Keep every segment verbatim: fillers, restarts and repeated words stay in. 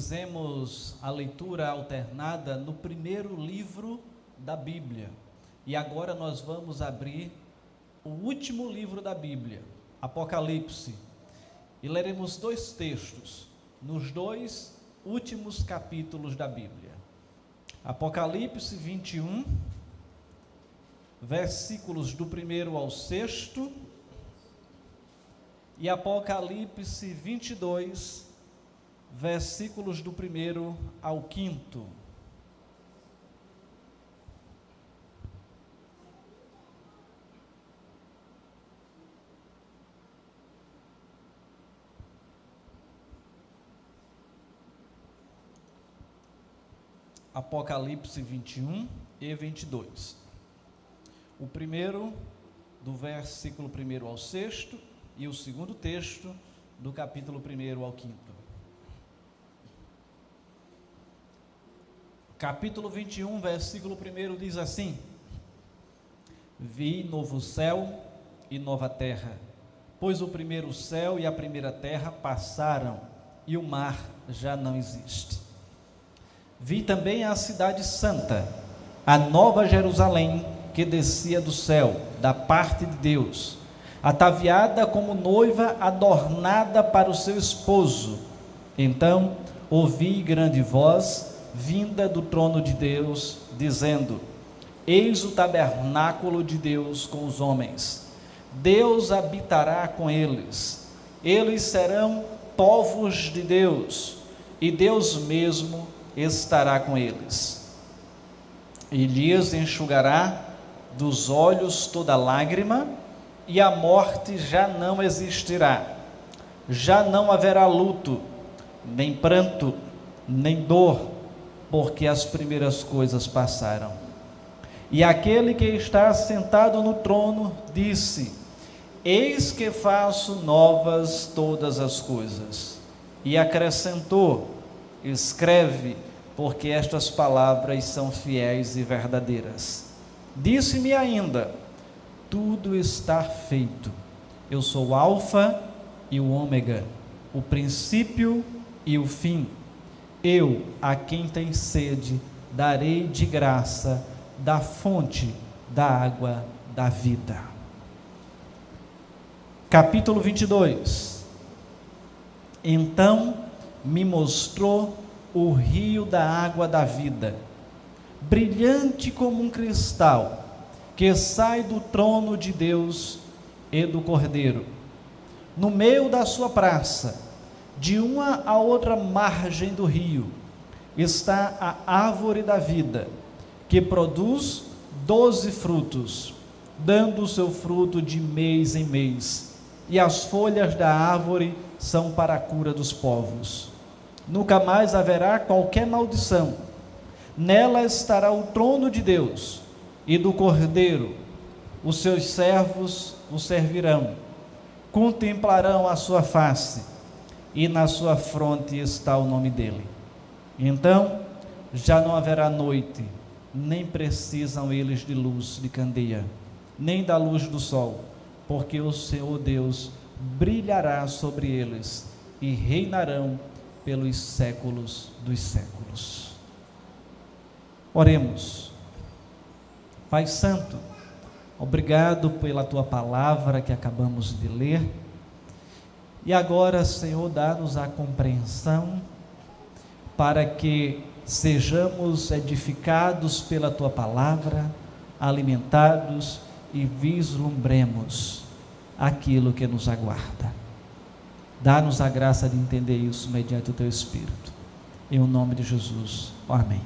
fizemos a leitura alternada no primeiro livro da Bíblia. E agora nós vamos abrir o último livro da Bíblia, Apocalipse. E leremos dois textos, nos dois últimos capítulos da Bíblia. Apocalipse vinte e um, versículos do primeiro ao sexto, e Apocalipse vinte e dois, versículos do primeiro ao quinto. Apocalipse vinte e um e vinte e dois. O primeiro, do versículo primeiro ao sexto, e o segundo texto, do capítulo primeiro ao quinto. Capítulo vinte e um, versículo primeiro diz assim: Vi novo céu e nova terra, pois o primeiro céu e a primeira terra passaram, e o mar já não existe. Vi também a cidade santa, a nova Jerusalém, que descia do céu, da parte de Deus, ataviada como noiva adornada para o seu esposo. Então ouvi grande voz vinda do trono de Deus, dizendo: Eis o tabernáculo de Deus com os homens. Deus habitará com eles. Eles serão povos de Deus, e Deus mesmo estará com eles. E lhes enxugará dos olhos toda lágrima, e a morte já não existirá. Já não haverá luto, nem pranto, nem dor, porque as primeiras coisas passaram. E aquele que está sentado no trono disse: Eis que faço novas todas as coisas. E acrescentou: Escreve, porque estas palavras são fiéis e verdadeiras. Disse-me ainda: Tudo está feito. Eu sou o Alfa e o Ômega, o princípio e o fim. Eu, a quem tem sede, darei de graça da fonte da água da vida. Capítulo vinte e dois. Então me mostrou o rio da água da vida, brilhante como um cristal, que sai do trono de Deus e do Cordeiro. No meio da sua praça, de uma a outra margem do rio, está a árvore da vida, que produz doze frutos, dando o seu fruto de mês em mês, e as folhas da árvore são para a cura dos povos. Nunca mais haverá qualquer maldição. Nela estará o trono de Deus e do Cordeiro. Os seus servos o servirão, contemplarão a sua face, e na sua fronte está o nome dele. Então já não haverá noite, nem precisam eles de luz de candeia, nem da luz do sol, porque o Senhor Deus brilhará sobre eles, e reinarão pelos séculos dos séculos. Oremos. Pai Santo, obrigado pela Tua palavra que acabamos de ler, e agora, Senhor, dá-nos a compreensão, para que sejamos edificados pela Tua palavra, alimentados e vislumbremos aquilo que nos aguarda. Dá-nos a graça de entender isso mediante o Teu Espírito. Em o nome de Jesus. Amém.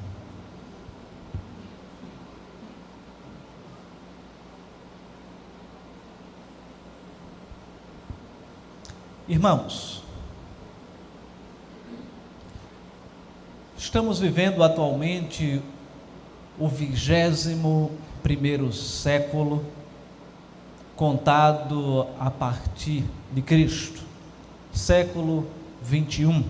Irmãos, estamos vivendo atualmente o vigésimo primeiro século, contado a partir de Cristo, século vinte e um.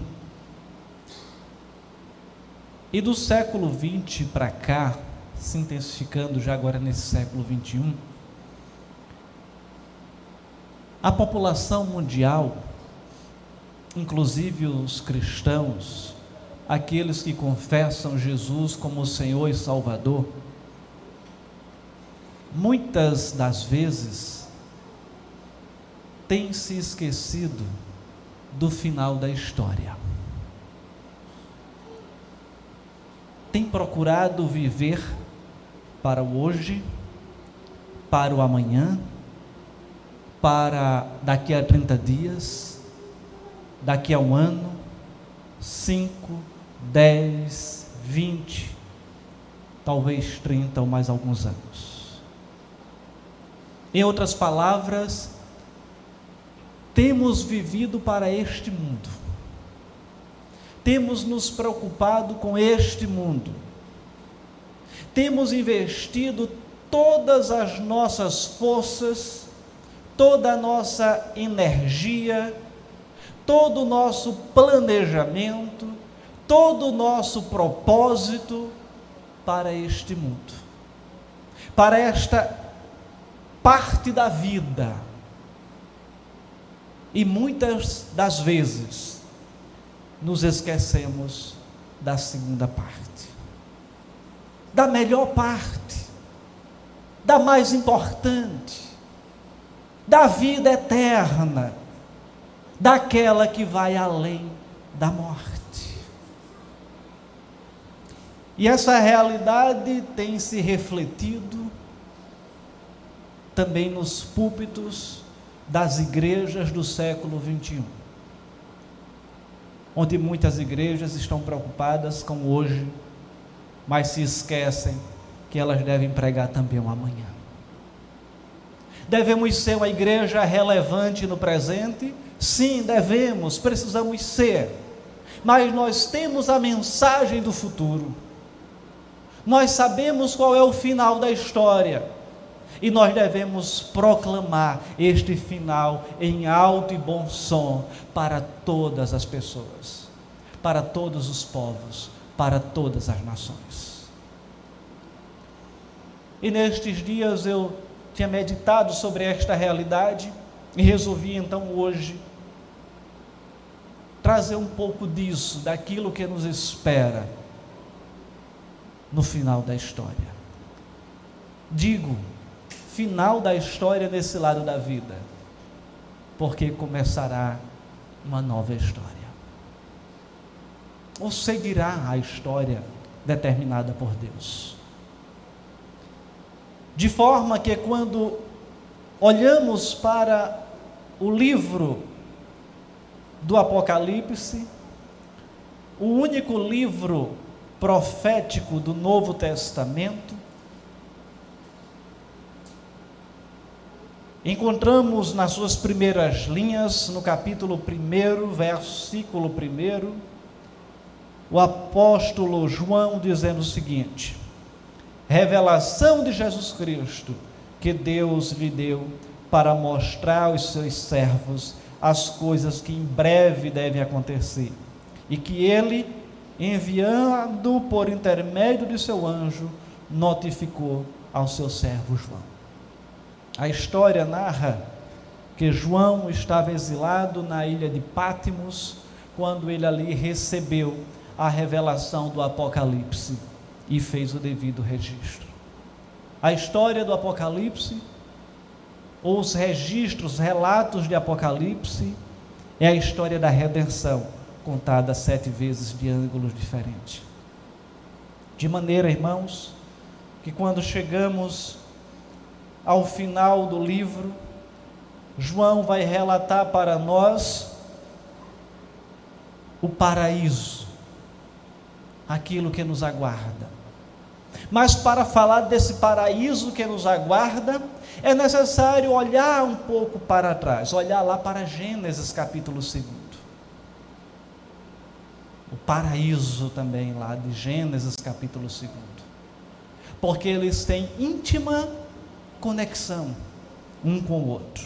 E do século vinte para cá, se intensificando já agora nesse século vinte e um, a população mundial, inclusive os cristãos, aqueles que confessam Jesus como Senhor e Salvador, muitas das vezes têm se esquecido do final da história. Tem procurado viver para o hoje, para o amanhã, para daqui a trinta dias, daqui a um ano, cinco, dez, vinte, talvez trinta ou mais alguns anos. Em outras palavras, temos vivido para este mundo, temos nos preocupado com este mundo, temos investido todas as nossas forças, toda a nossa energia, todo o nosso planejamento, todo o nosso propósito para este mundo, para esta parte da vida. E muitas das vezes nos esquecemos da segunda parte, da melhor parte, da mais importante, da vida eterna, daquela que vai além da morte. E essa realidade tem se refletido também nos púlpitos das igrejas do século vinte e um, onde muitas igrejas estão preocupadas com hoje, mas se esquecem que elas devem pregar também o amanhã. Devemos ser uma igreja relevante no presente? Sim, devemos, precisamos ser, mas nós temos a mensagem do futuro, nós sabemos qual é o final da história, e nós devemos proclamar este final em alto e bom som para todas as pessoas, para todos os povos, para todas as nações. E nestes dias eu tinha meditado sobre esta realidade e resolvi então hoje trazer um pouco disso, daquilo que nos espera no final da história. Digo, final da história nesse lado da vida, porque começará uma nova história, ou seguirá a história determinada por Deus, de forma que quando olhamos para o livro do Apocalipse, o único livro profético do Novo Testamento, encontramos nas suas primeiras linhas, no capítulo primeiro, versículo primeiro, o apóstolo João dizendo o seguinte: revelação de Jesus Cristo, que Deus lhe deu para mostrar aos seus servos as coisas que em breve devem acontecer, e que ele, enviando por intermédio de seu anjo, notificou ao seu servo João. A história narra que João estava exilado na ilha de Pátimos, quando ele ali recebeu a revelação do Apocalipse e fez o devido registro. A história do Apocalipse, ou os registros, relatos de Apocalipse, é a história da redenção, contada sete vezes de ângulos diferentes. De maneira, irmãos, que quando chegamos ao final do livro, João vai relatar para nós o paraíso, aquilo que nos aguarda. Mas para falar desse paraíso que nos aguarda, é necessário olhar um pouco para trás, olhar lá para Gênesis capítulo segundo. O paraíso também lá de Gênesis capítulo segundo. Porque eles têm íntima conexão um com o outro.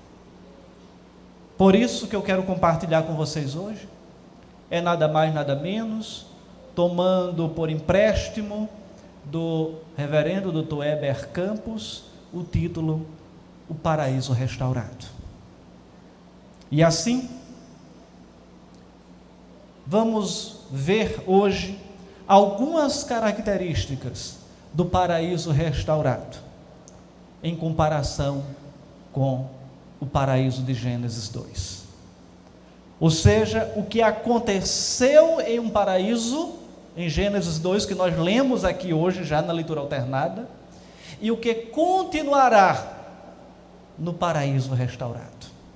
Por isso que eu quero compartilhar com vocês hoje, é nada mais nada menos, tomando por empréstimo do reverendo doutor Heber Campos, o título O Paraíso Restaurado. E assim, vamos ver hoje algumas características do paraíso restaurado, em comparação com o paraíso de Gênesis dois. Ou seja, o que aconteceu em um paraíso, em Gênesis dois, que nós lemos aqui hoje, já na leitura alternada, e o que continuará no paraíso restaurado.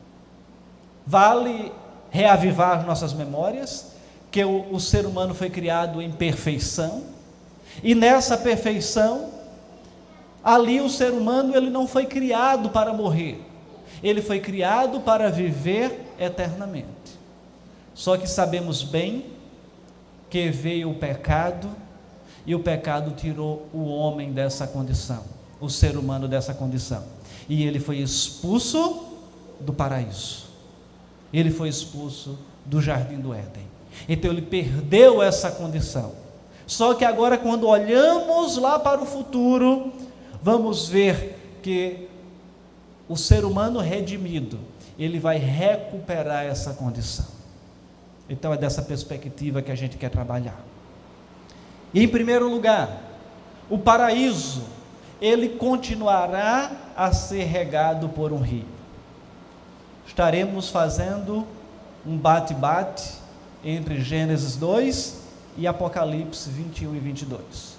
Vale reavivar nossas memórias, que o, o ser humano foi criado em perfeição, e nessa perfeição, ali o ser humano ele não foi criado para morrer, ele foi criado para viver eternamente. Só que sabemos bem que veio o pecado, e o pecado tirou o homem dessa condição, o ser humano dessa condição, e ele foi expulso do paraíso, ele foi expulso do jardim do Éden. Então ele perdeu essa condição. Só que agora, quando olhamos lá para o futuro, vamos ver que o ser humano redimido, ele vai recuperar essa condição. Então é dessa perspectiva que a gente quer trabalhar. E em primeiro lugar, o paraíso, ele continuará a ser regado por um rio. Estaremos fazendo um bate-bate entre Gênesis dois e Apocalipse vinte e um e vinte e dois.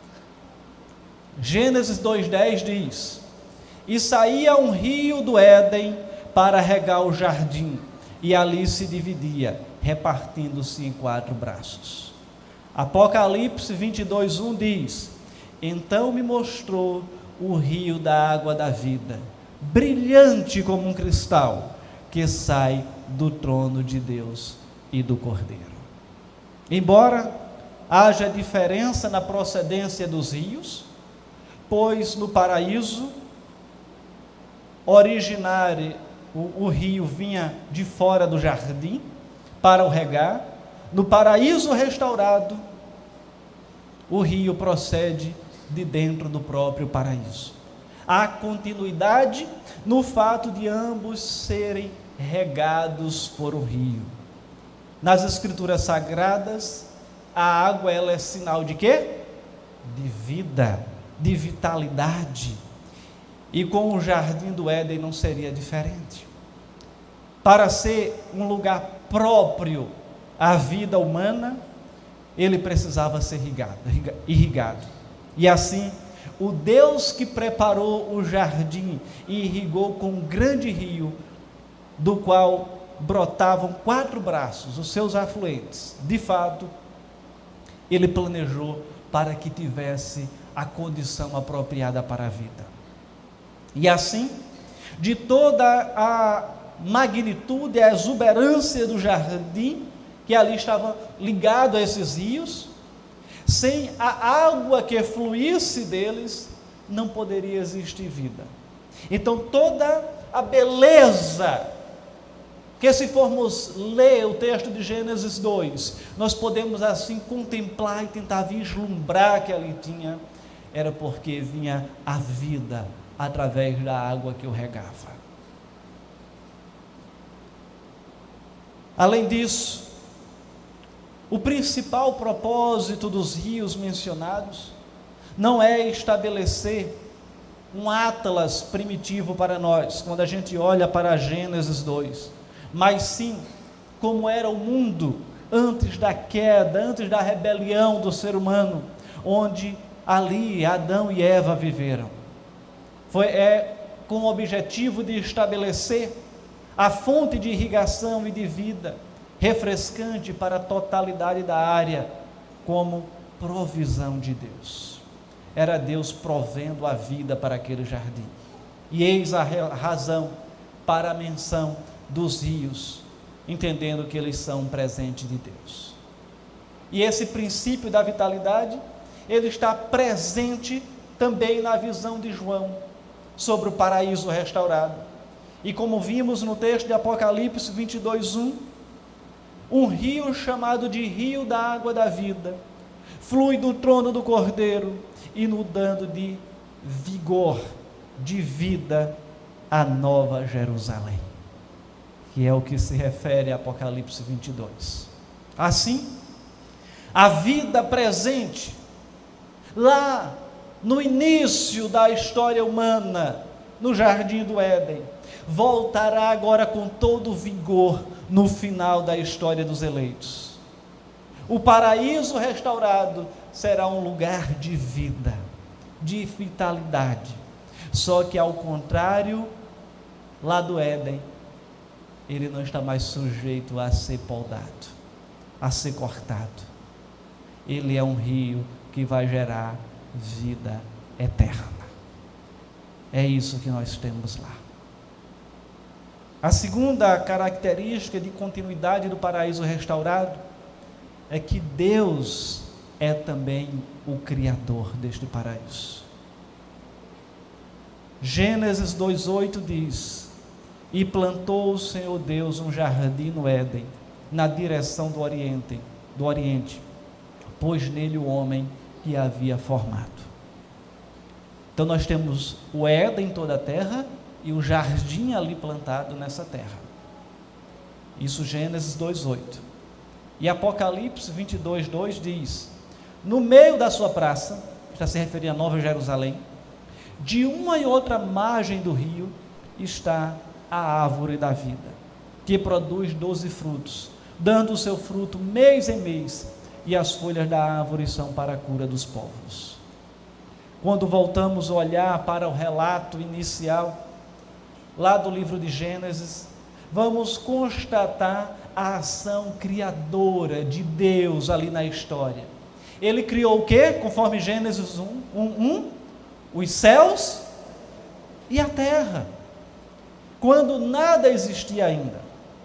Gênesis dois, dez diz: e saía um rio do Éden para regar o jardim, e ali se dividia, repartindo-se em quatro braços. Apocalipse vinte e dois, um diz: então me mostrou o rio da água da vida, brilhante como um cristal, que sai do trono de Deus e do Cordeiro. Embora haja diferença na procedência dos rios, pois no paraíso originário o, o rio vinha de fora do jardim para o regar, no paraíso restaurado o rio procede de dentro do próprio paraíso. Há continuidade no fato de ambos serem regados por um rio. Nas escrituras sagradas, a água ela é sinal de quê? De vida, de vitalidade. E com o jardim do Éden não seria diferente. Para ser um lugar próprio à vida humana, ele precisava ser irrigado, irrigado. E assim, o Deus que preparou o jardim e irrigou com um grande rio, do qual brotavam quatro braços, os seus afluentes, de fato, ele planejou para que tivesse a condição apropriada para a vida. E assim, de toda a magnitude, a exuberância do jardim, que ali estava ligado a esses rios, sem a água que fluísse deles, não poderia existir vida. Então toda a beleza, que se formos ler o texto de Gênesis dois, nós podemos assim contemplar e tentar vislumbrar que ali tinha, era porque vinha a vida através da água que o regava. Além disso, o principal propósito dos rios mencionados não é estabelecer um atlas primitivo para nós, quando a gente olha para Gênesis dois, mas sim como era o mundo antes da queda, antes da rebelião do ser humano, onde ali Adão e Eva viveram. Foi é, com o objetivo de estabelecer a fonte de irrigação e de vida refrescante para a totalidade da área, como provisão de Deus. Era Deus provendo a vida para aquele jardim. E eis a razão para a menção dos rios, entendendo que eles são um presente de Deus. E esse princípio da vitalidade, ele está presente também na visão de João sobre o paraíso restaurado. E como vimos no texto de Apocalipse vinte e dois, um, um rio chamado de rio da água da vida, flui do trono do Cordeiro, inundando de vigor, de vida, a nova Jerusalém, que é o que se refere a Apocalipse vinte e dois. Assim, a vida presente, lá no início da história humana, no Jardim do Éden, voltará agora com todo o vigor no final da história dos eleitos. O paraíso restaurado será um lugar de vida, de vitalidade. Só que ao contrário, lá do Éden, ele não está mais sujeito a ser podado, a ser cortado. Ele é um rio que vai gerar vida eterna. É isso que nós temos lá. A segunda característica de continuidade do paraíso restaurado é que Deus é também o Criador deste paraíso. Gênesis dois, oito diz: e plantou o Senhor Deus um jardim no Éden, na direção do Oriente, do Oriente, pôs nele o homem que havia formado. Então nós temos o Éden em toda a terra e o jardim ali plantado nessa terra. Isso Gênesis dois, oito. E Apocalipse vinte e dois, dois diz: no meio da sua praça, está se referindo a Nova Jerusalém, de uma e outra margem do rio está a árvore da vida, que produz doze frutos, dando o seu fruto mês em mês, e as folhas da árvore são para a cura dos povos. Quando voltamos a olhar para o relato inicial, lá do livro de Gênesis, vamos constatar a ação criadora de Deus ali na história. Ele criou o quê? Conforme Gênesis um, um, um, os céus e a terra, quando nada existia ainda.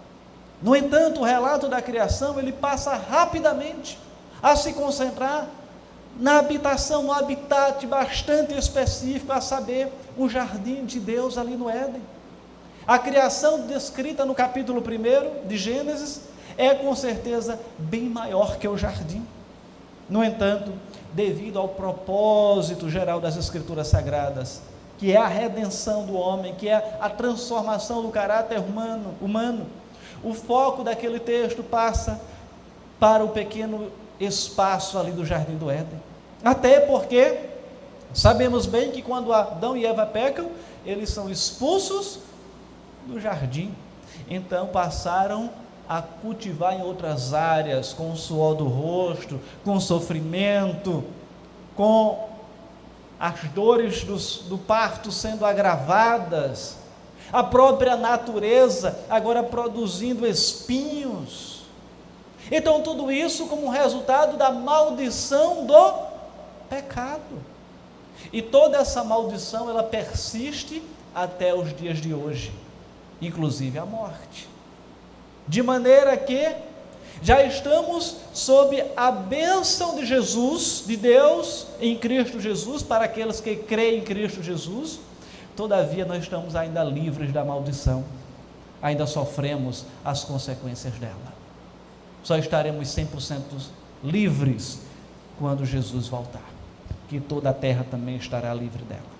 No entanto, o relato da criação, ele passa rapidamente a se concentrar na habitação, no habitat bastante específico, a saber, o jardim de Deus ali no Éden. A criação descrita no capítulo primeiro de Gênesis é com certeza bem maior que o jardim. No entanto, devido ao propósito geral das Escrituras Sagradas, que é a redenção do homem, que é a transformação do caráter humano, humano, o foco daquele texto passa para o pequeno espaço ali do Jardim do Éden. Até porque sabemos bem que quando Adão e Eva pecam, eles são expulsos do jardim, então passaram a cultivar em outras áreas, com o suor do rosto, com o sofrimento, com as dores do, do parto sendo agravadas, a própria natureza agora produzindo espinhos. Então tudo isso como resultado da maldição do pecado, e toda essa maldição ela persiste até os dias de hoje, inclusive a morte, de maneira que já estamos sob a bênção de Jesus, de Deus em Cristo Jesus, para aqueles que creem em Cristo Jesus. Todavia nós estamos ainda livres da maldição, ainda sofremos as consequências dela. Só estaremos cem por cento livres quando Jesus voltar, que toda a terra também estará livre dela.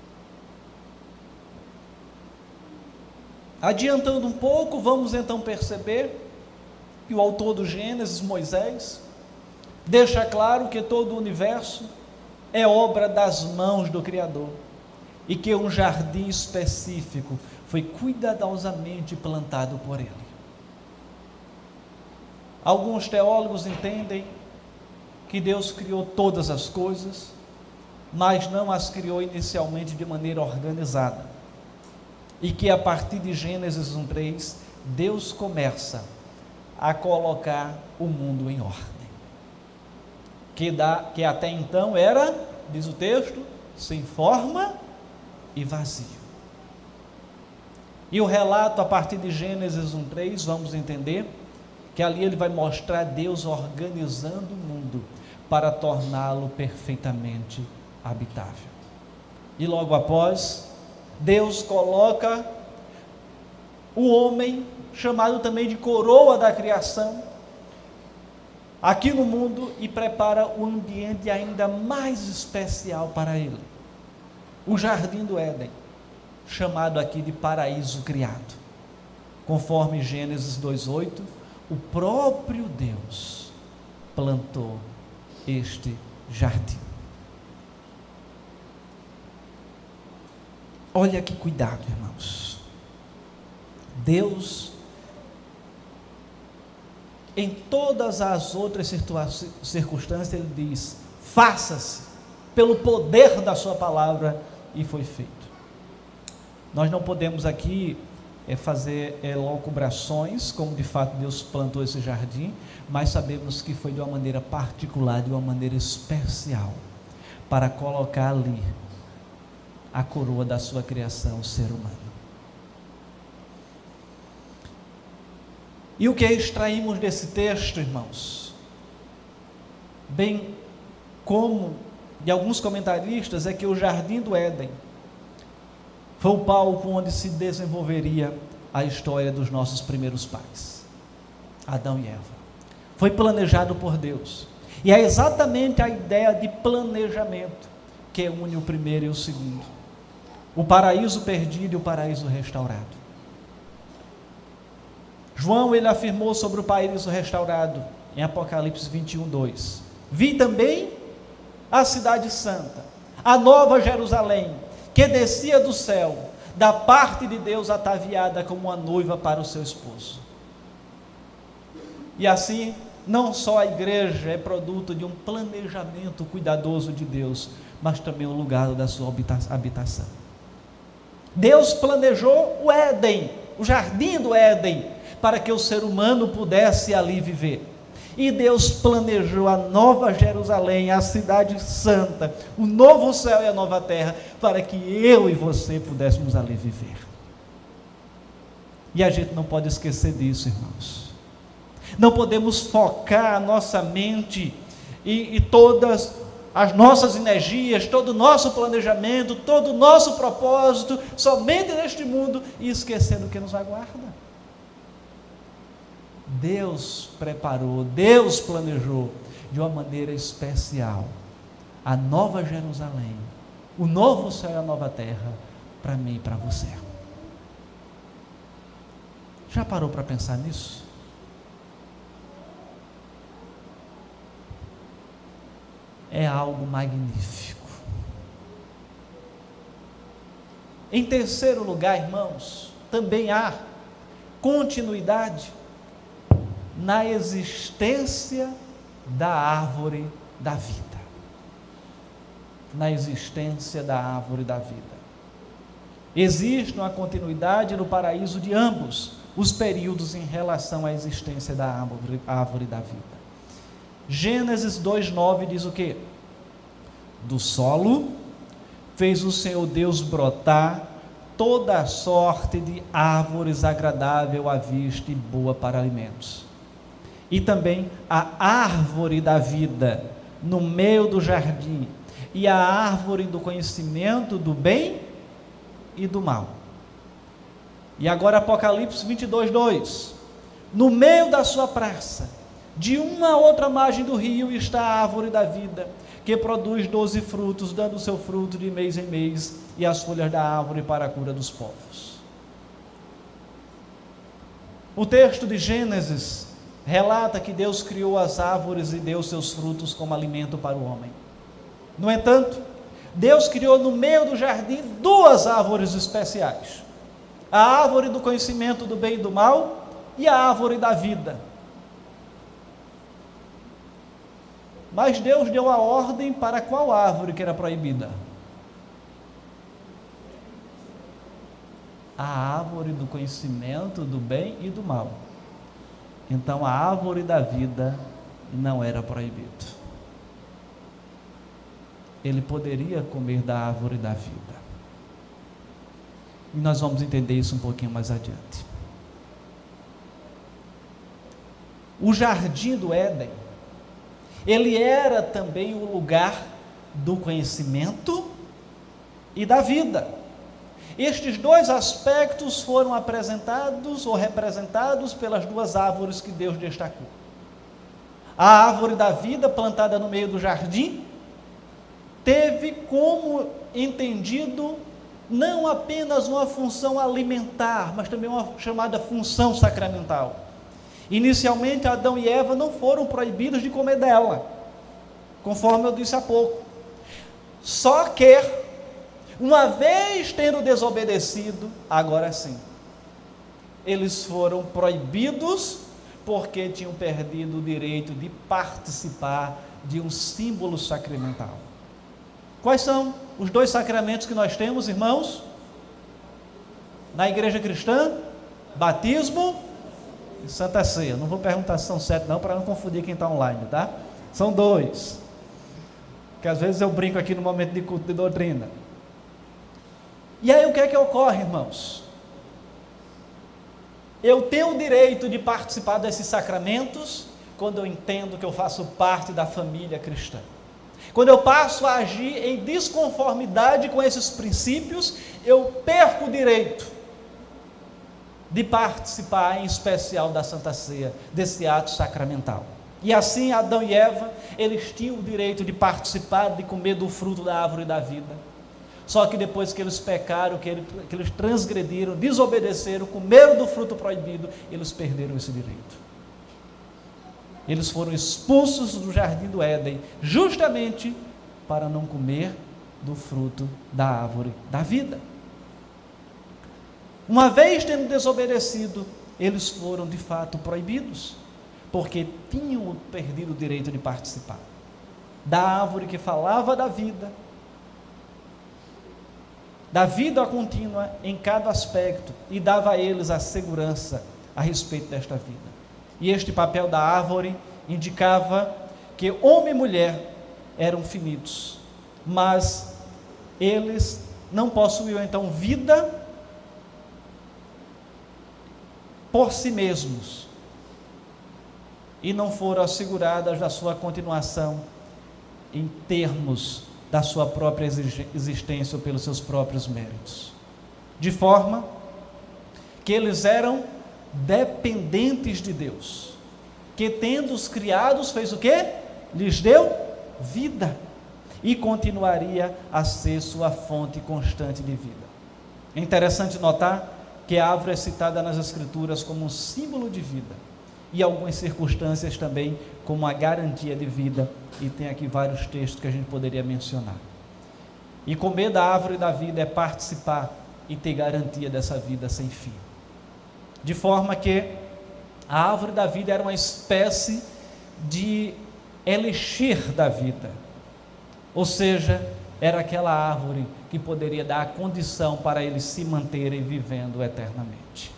Adiantando um pouco, vamos então perceber que o autor do Gênesis, Moisés, deixa claro que todo o universo é obra das mãos do Criador, e que um jardim específico foi cuidadosamente plantado por ele. Alguns teólogos entendem que Deus criou todas as coisas, mas não as criou inicialmente de maneira organizada, e que a partir de Gênesis um, três, Deus começa a colocar o mundo em ordem, que, dá, que até então era, diz o texto, sem forma e vazio. E o relato a partir de Gênesis um, três, vamos entender que ali ele vai mostrar Deus organizando o mundo para torná-lo perfeitamente habitável. E logo após, Deus coloca o homem, chamado também de coroa da criação, aqui no mundo, e prepara o ambiente ainda mais especial para ele, o Jardim do Éden, chamado aqui de paraíso criado, conforme Gênesis dois, oito, o próprio Deus plantou este jardim. Olha que cuidado, irmãos. Deus, em todas as outras circunstâncias, Ele diz: faça-se pelo poder da sua palavra, e foi feito. Nós não podemos aqui é, fazer é, locubrações, como de fato Deus plantou esse jardim, mas sabemos que foi de uma maneira particular, de uma maneira especial, para colocar ali a coroa da sua criação, o ser humano. E o que extraímos desse texto, irmãos? Bem como de alguns comentaristas, é que o Jardim do Éden foi o palco onde se desenvolveria a história dos nossos primeiros pais, Adão e Eva. Foi planejado por Deus, e é exatamente a ideia de planejamento que une o primeiro e o segundo, o paraíso perdido e o paraíso restaurado. João, ele afirmou sobre o paraíso restaurado em Apocalipse vinte e um, dois: vi também a cidade santa, a nova Jerusalém, que descia do céu, da parte de Deus, ataviada como uma noiva para o seu esposo. E assim, não só a igreja é produto de um planejamento cuidadoso de Deus, mas também o lugar da sua habitação. Deus planejou o Éden, o jardim do Éden, para que o ser humano pudesse ali viver. E Deus planejou a nova Jerusalém, a cidade santa, o novo céu e a nova terra, para que eu e você pudéssemos ali viver. E a gente não pode esquecer disso, irmãos. Não podemos focar a nossa mente e, e todas as nossas energias, todo o nosso planejamento, todo o nosso propósito, somente neste mundo, e esquecendo o que nos aguarda. Deus preparou, Deus planejou de uma maneira especial a nova Jerusalém, o novo céu e a nova terra, para mim e para você. Já parou para pensar nisso? É algo magnífico. Em terceiro lugar, irmãos, também há continuidade na existência da árvore da vida. Na existência da árvore da vida. Existe uma continuidade no paraíso de ambos os períodos em relação à existência da árvore, árvore da vida. Gênesis dois, nove diz o quê? Do solo fez o Senhor Deus brotar toda a sorte de árvores agradável à vista e boa para alimentos. E também a árvore da vida no meio do jardim, e a árvore do conhecimento do bem e do mal. E agora Apocalipse vinte e dois, dois: no meio da sua praça, de uma a outra margem do rio, está a árvore da vida, que produz doze frutos, dando o seu fruto de mês em mês, e as folhas da árvore para a cura dos povos. O texto de Gênesis relata que Deus criou as árvores e deu seus frutos como alimento para o homem. No entanto, Deus criou no meio do jardim duas árvores especiais: a árvore do conhecimento do bem e do mal e a árvore da vida. Mas Deus deu a ordem para qual árvore que era proibida? A árvore do conhecimento do bem e do mal. Então a árvore da vida não era proibido. Ele poderia comer da árvore da vida. E nós vamos entender isso um pouquinho mais adiante. O jardim do Éden, ele era também o lugar do conhecimento e da vida. Estes dois aspectos foram apresentados ou representados pelas duas árvores que Deus destacou. A árvore da vida, plantada no meio do jardim, teve como entendido não apenas uma função alimentar, mas também uma chamada função sacramental. Inicialmente, Adão e Eva não foram proibidos de comer dela, conforme eu disse há pouco. Só que, uma vez tendo desobedecido, agora sim, eles foram proibidos porque tinham perdido o direito de participar de um símbolo sacramental. Quais são os dois sacramentos que nós temos, irmãos? Na igreja cristã, batismo e Santa Ceia. Não vou perguntar se são sete não, para não confundir quem está online, tá? São dois, que às vezes eu brinco aqui no momento de culto de doutrina. E aí o que é que ocorre, irmãos? Eu tenho o direito de participar desses sacramentos quando eu entendo que eu faço parte da família cristã. Quando eu passo a agir em desconformidade com esses princípios, eu perco o direito de participar, em especial da Santa Ceia, desse ato sacramental. E assim, Adão e Eva, eles tinham o direito de participar, de comer do fruto da árvore da vida. Só que depois que eles pecaram, que eles, que eles transgrediram, desobedeceram, comeram do fruto proibido, eles perderam esse direito. Eles foram expulsos do jardim do Éden, justamente para não comer do fruto da árvore da vida. Uma vez tendo desobedecido, eles foram de fato proibidos, porque tinham perdido o direito de participar da árvore que falava da vida, da vida contínua em cada aspecto, e dava a eles a segurança a respeito desta vida. E este papel da árvore indicava que homem e mulher eram finitos, mas eles não possuíam então vida por si mesmos, e não foram asseguradas da sua continuação em termos da sua própria existência ou pelos seus próprios méritos, de forma que eles eram dependentes de Deus, que tendo-os criados, fez o quê? Lhes deu vida, e continuaria a ser sua fonte constante de vida. É interessante notar que a árvore é citada nas Escrituras como um símbolo de vida, e algumas circunstâncias também como a garantia de vida, e tem aqui vários textos que a gente poderia mencionar. E comer da árvore da vida é participar e ter garantia dessa vida sem fim, de forma que a árvore da vida era uma espécie de elixir da vida, ou seja, era aquela árvore que poderia dar a condição para eles se manterem vivendo eternamente.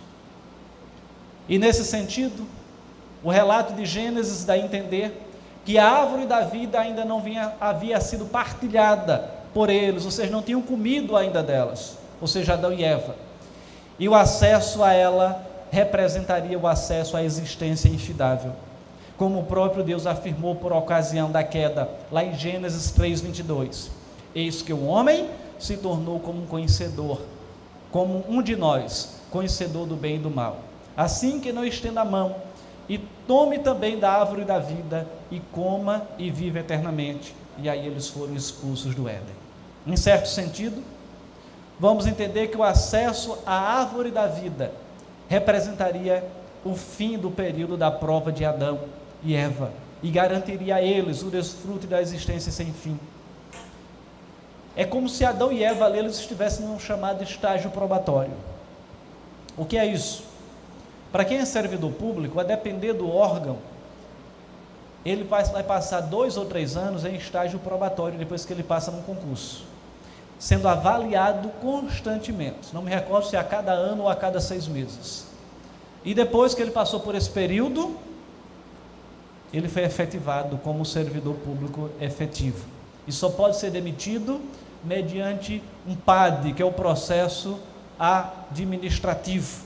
E nesse sentido, o relato de Gênesis dá a entender que a árvore da vida ainda não vinha, havia sido partilhada por eles, ou seja, não tinham comido ainda delas, ou seja, Adão e Eva, e o acesso a ela representaria o acesso à existência infidável, como o próprio Deus afirmou por ocasião da queda, lá em Gênesis três, vinte e dois, eis que o homem se tornou como um conhecedor, como um de nós, conhecedor do bem e do mal, assim que não estenda a mão, e tome também da árvore da vida, e coma e viva eternamente. E aí eles foram expulsos do Éden. Em certo sentido, vamos entender que o acesso à árvore da vida representaria o fim do período da prova de Adão e Eva, e garantiria a eles o desfrute da existência sem fim. É como se Adão e Eva eles estivessem num chamado estágio probatório. O que é isso? Para quem é servidor público, a depender do órgão, ele vai passar dois ou três anos em estágio probatório, depois que ele passa num concurso, sendo avaliado constantemente, não me recordo se é a cada ano ou a cada seis meses, e depois que ele passou por esse período, ele foi efetivado como servidor público efetivo, e só pode ser demitido mediante um P A D, que é o processo administrativo.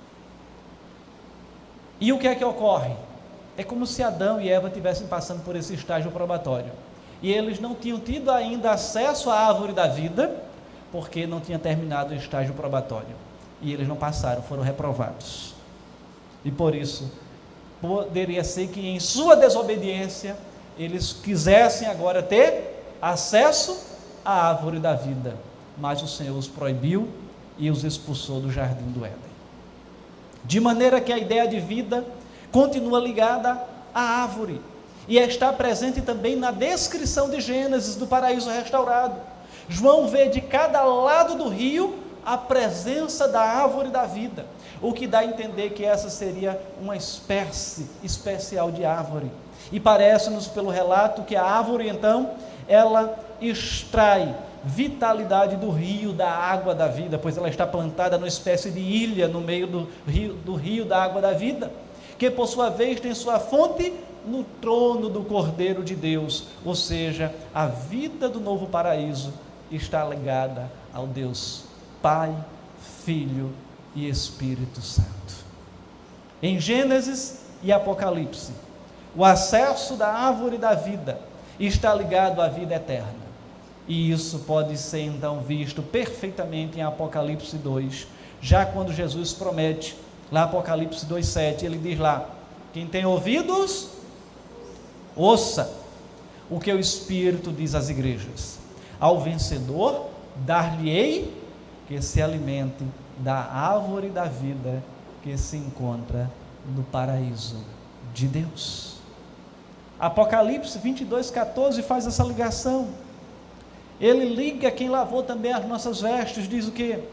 E o que é que ocorre? É como se Adão e Eva estivessem passando por esse estágio probatório, e eles não tinham tido ainda acesso à árvore da vida, porque não tinha terminado o estágio probatório, e eles não passaram, foram reprovados, e por isso, poderia ser que em sua desobediência, eles quisessem agora ter acesso à árvore da vida, mas o Senhor os proibiu, e os expulsou do jardim do Éden, de maneira que a ideia de vida continua ligada à árvore, e está presente também na descrição de Gênesis do paraíso restaurado. João vê de cada lado do rio a presença da árvore da vida, o que dá a entender que essa seria uma espécie especial de árvore. E parece-nos pelo relato que a árvore, então, ela extrai vitalidade do rio, da água da vida, pois ela está plantada numa espécie de ilha no meio do rio, do rio da água da vida, que por sua vez tem sua fonte no trono do Cordeiro de Deus, ou seja, a vida do novo paraíso está ligada ao Deus Pai, Filho e Espírito Santo. Em Gênesis e Apocalipse, o acesso da árvore da vida está ligado à vida eterna, e isso pode ser então visto perfeitamente em Apocalipse dois, já quando Jesus promete, lá Apocalipse dois, sete, ele diz lá: quem tem ouvidos, ouça o que o Espírito diz às igrejas. Ao vencedor, dar-lhe-ei que se alimente da árvore da vida que se encontra no paraíso de Deus. Apocalipse vinte e dois, catorze faz essa ligação. Ele liga quem lavou também as nossas vestes, diz o quê?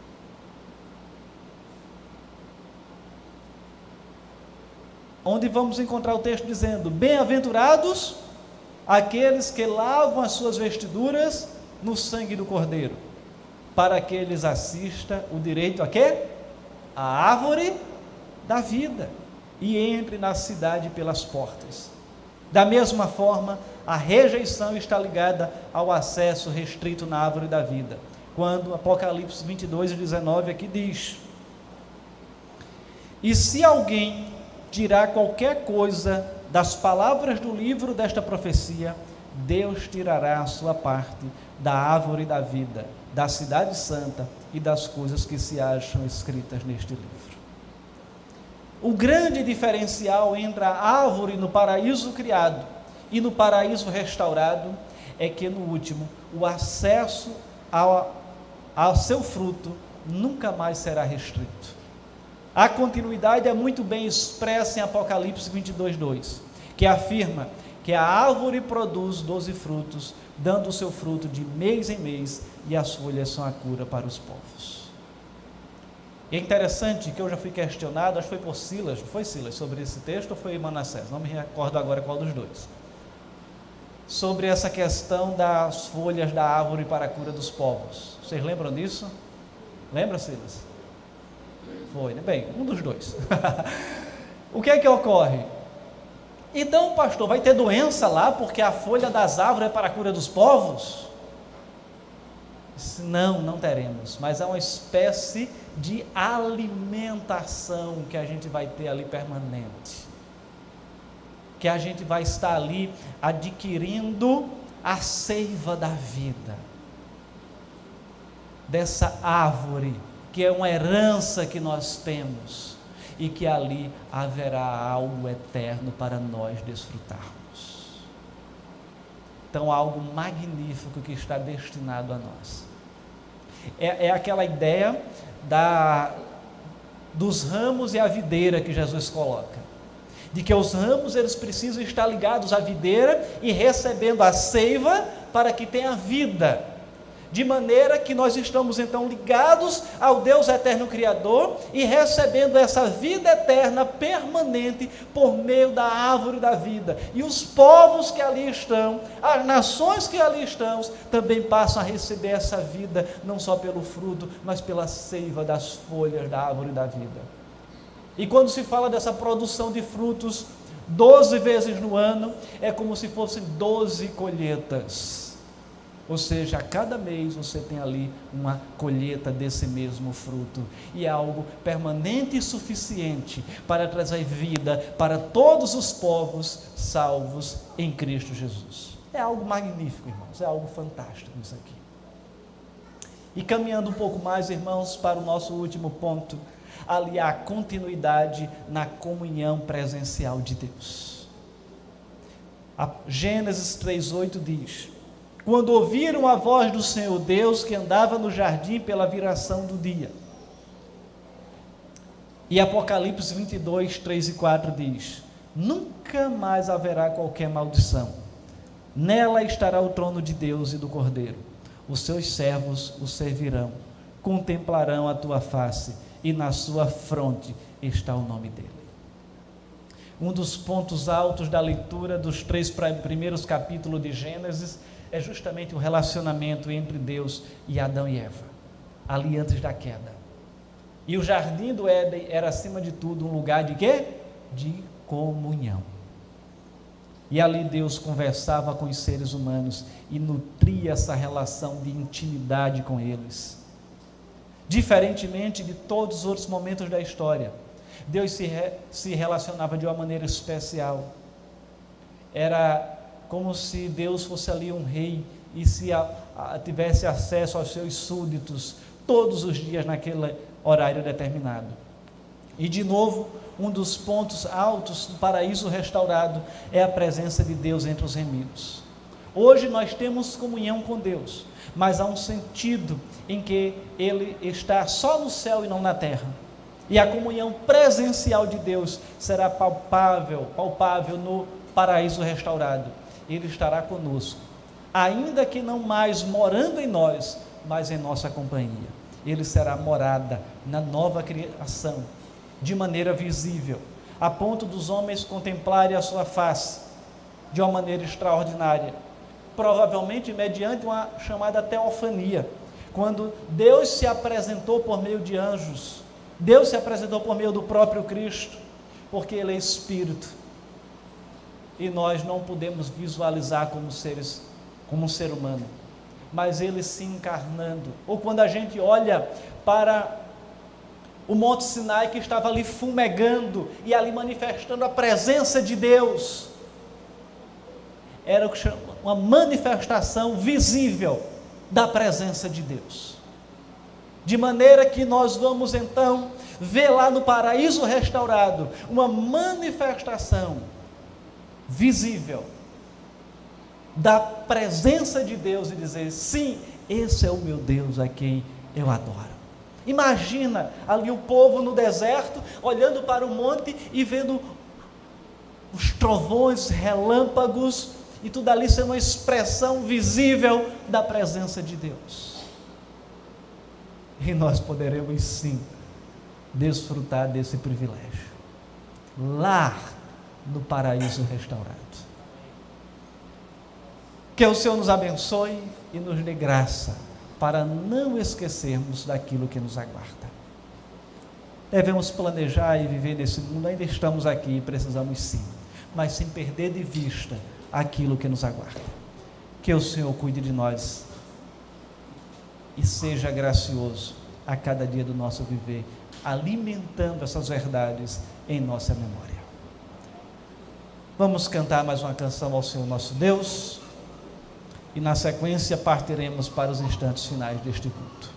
Onde vamos encontrar o texto dizendo: bem-aventurados aqueles que lavam as suas vestiduras no sangue do Cordeiro, para que eles assista o direito a quê? A árvore da vida, e entre na cidade pelas portas. Da mesma forma, a rejeição está ligada ao acesso restrito na árvore da vida, quando Apocalipse vinte e dois, dezenove aqui diz: e se alguém tirar qualquer coisa das palavras do livro desta profecia, Deus tirará a sua parte da árvore da vida, da cidade santa e das coisas que se acham escritas neste livro. O grande diferencial entre a árvore no paraíso criado e no paraíso restaurado é que no último, o acesso ao, ao seu fruto nunca mais será restrito. A continuidade é muito bem expressa em Apocalipse vinte e dois, dois, que afirma que a árvore produz doze frutos, dando o seu fruto de mês em mês, e as folhas são a cura para os povos. E é interessante que eu já fui questionado, acho que foi por Silas, foi Silas, sobre esse texto, ou foi Manassés, não me recordo agora qual dos dois, sobre essa questão das folhas da árvore para a cura dos povos. Vocês lembram disso? Lembra, Silas? Foi, né? Bem, um dos dois. O que é que ocorre? Então, pastor, vai ter doença lá porque a folha das árvores é para a cura dos povos? Não, não teremos, mas é uma espécie de alimentação que a gente vai ter ali permanente, que a gente vai estar ali adquirindo a seiva da vida, dessa árvore, que é uma herança que nós temos, e que ali haverá algo eterno para nós desfrutarmos. Então, algo magnífico que está destinado a nós. É, é aquela ideia da, dos ramos e a videira que Jesus coloca, de que os ramos eles precisam estar ligados à videira e recebendo a seiva para que tenha vida, de maneira que nós estamos então ligados ao Deus eterno Criador e recebendo essa vida eterna permanente por meio da árvore da vida, e os povos que ali estão, as nações que ali estão, também passam a receber essa vida, não só pelo fruto, mas pela seiva das folhas da árvore da vida. E quando se fala dessa produção de frutos doze vezes no ano, é como se fossem doze colheitas. Ou seja, a cada mês você tem ali uma colheita desse mesmo fruto, e é algo permanente e suficiente para trazer vida para todos os povos salvos em Cristo Jesus. É algo magnífico, irmãos, é algo fantástico isso aqui. E caminhando um pouco mais, irmãos, para o nosso último ponto, ali há continuidade na comunhão presencial de Deus. A Gênesis três, oito diz: quando ouviram a voz do Senhor Deus que andava no jardim pela viração do dia. E Apocalipse vinte e dois, três e quatro diz: nunca mais haverá qualquer maldição. Nela estará o trono de Deus e do Cordeiro. Os seus servos o servirão, contemplarão a tua face, e na sua fronte está o nome dele. Um dos pontos altos da leitura dos três primeiros capítulos de Gênesis é justamente o relacionamento entre Deus e Adão e Eva, ali antes da queda. E o jardim do Éden era, acima de tudo, um lugar de quê? De comunhão. E ali Deus conversava com os seres humanos e nutria essa relação de intimidade com eles. Diferentemente de todos os outros momentos da história, Deus se, re, se relacionava de uma maneira especial. Era como se Deus fosse ali um rei e se a, a, tivesse acesso aos seus súditos todos os dias naquele horário determinado. E de novo, um dos pontos altos do paraíso restaurado é a presença de Deus entre os remidos. Hoje nós temos comunhão com Deus, mas há um sentido em que Ele está só no céu e não na terra. E a comunhão presencial de Deus será palpável, palpável no paraíso restaurado. Ele estará conosco, ainda que não mais morando em nós, mas em nossa companhia. Ele será morada na nova criação, de maneira visível, a ponto dos homens contemplarem a sua face de uma maneira extraordinária, provavelmente mediante uma chamada teofania, quando Deus se apresentou por meio de anjos, Deus se apresentou por meio do próprio Cristo, porque Ele é Espírito, e nós não podemos visualizar como seres, como um ser humano, mas Ele se encarnando, ou quando a gente olha para o Monte Sinai, que estava ali fumegando e ali manifestando a presença de Deus, era uma manifestação visível da presença de Deus, de maneira que nós vamos então ver lá no paraíso restaurado uma manifestação visível da presença de Deus e dizer: sim, esse é o meu Deus a quem eu adoro. Imagina ali o povo no deserto, olhando para o monte e vendo os trovões, relâmpagos, e tudo ali sendo uma expressão visível da presença de Deus. E nós poderemos sim desfrutar desse privilégio, lá no paraíso restaurado. Que o Senhor nos abençoe e nos dê graça para não esquecermos daquilo que nos aguarda. Devemos planejar e viver nesse mundo, ainda estamos aqui e precisamos sim, mas sem perder de vista aquilo que nos aguarda. Que o Senhor cuide de nós e seja gracioso a cada dia do nosso viver, alimentando essas verdades em nossa memória. Vamos cantar mais uma canção ao Senhor nosso Deus, e na sequência partiremos para os instantes finais deste culto.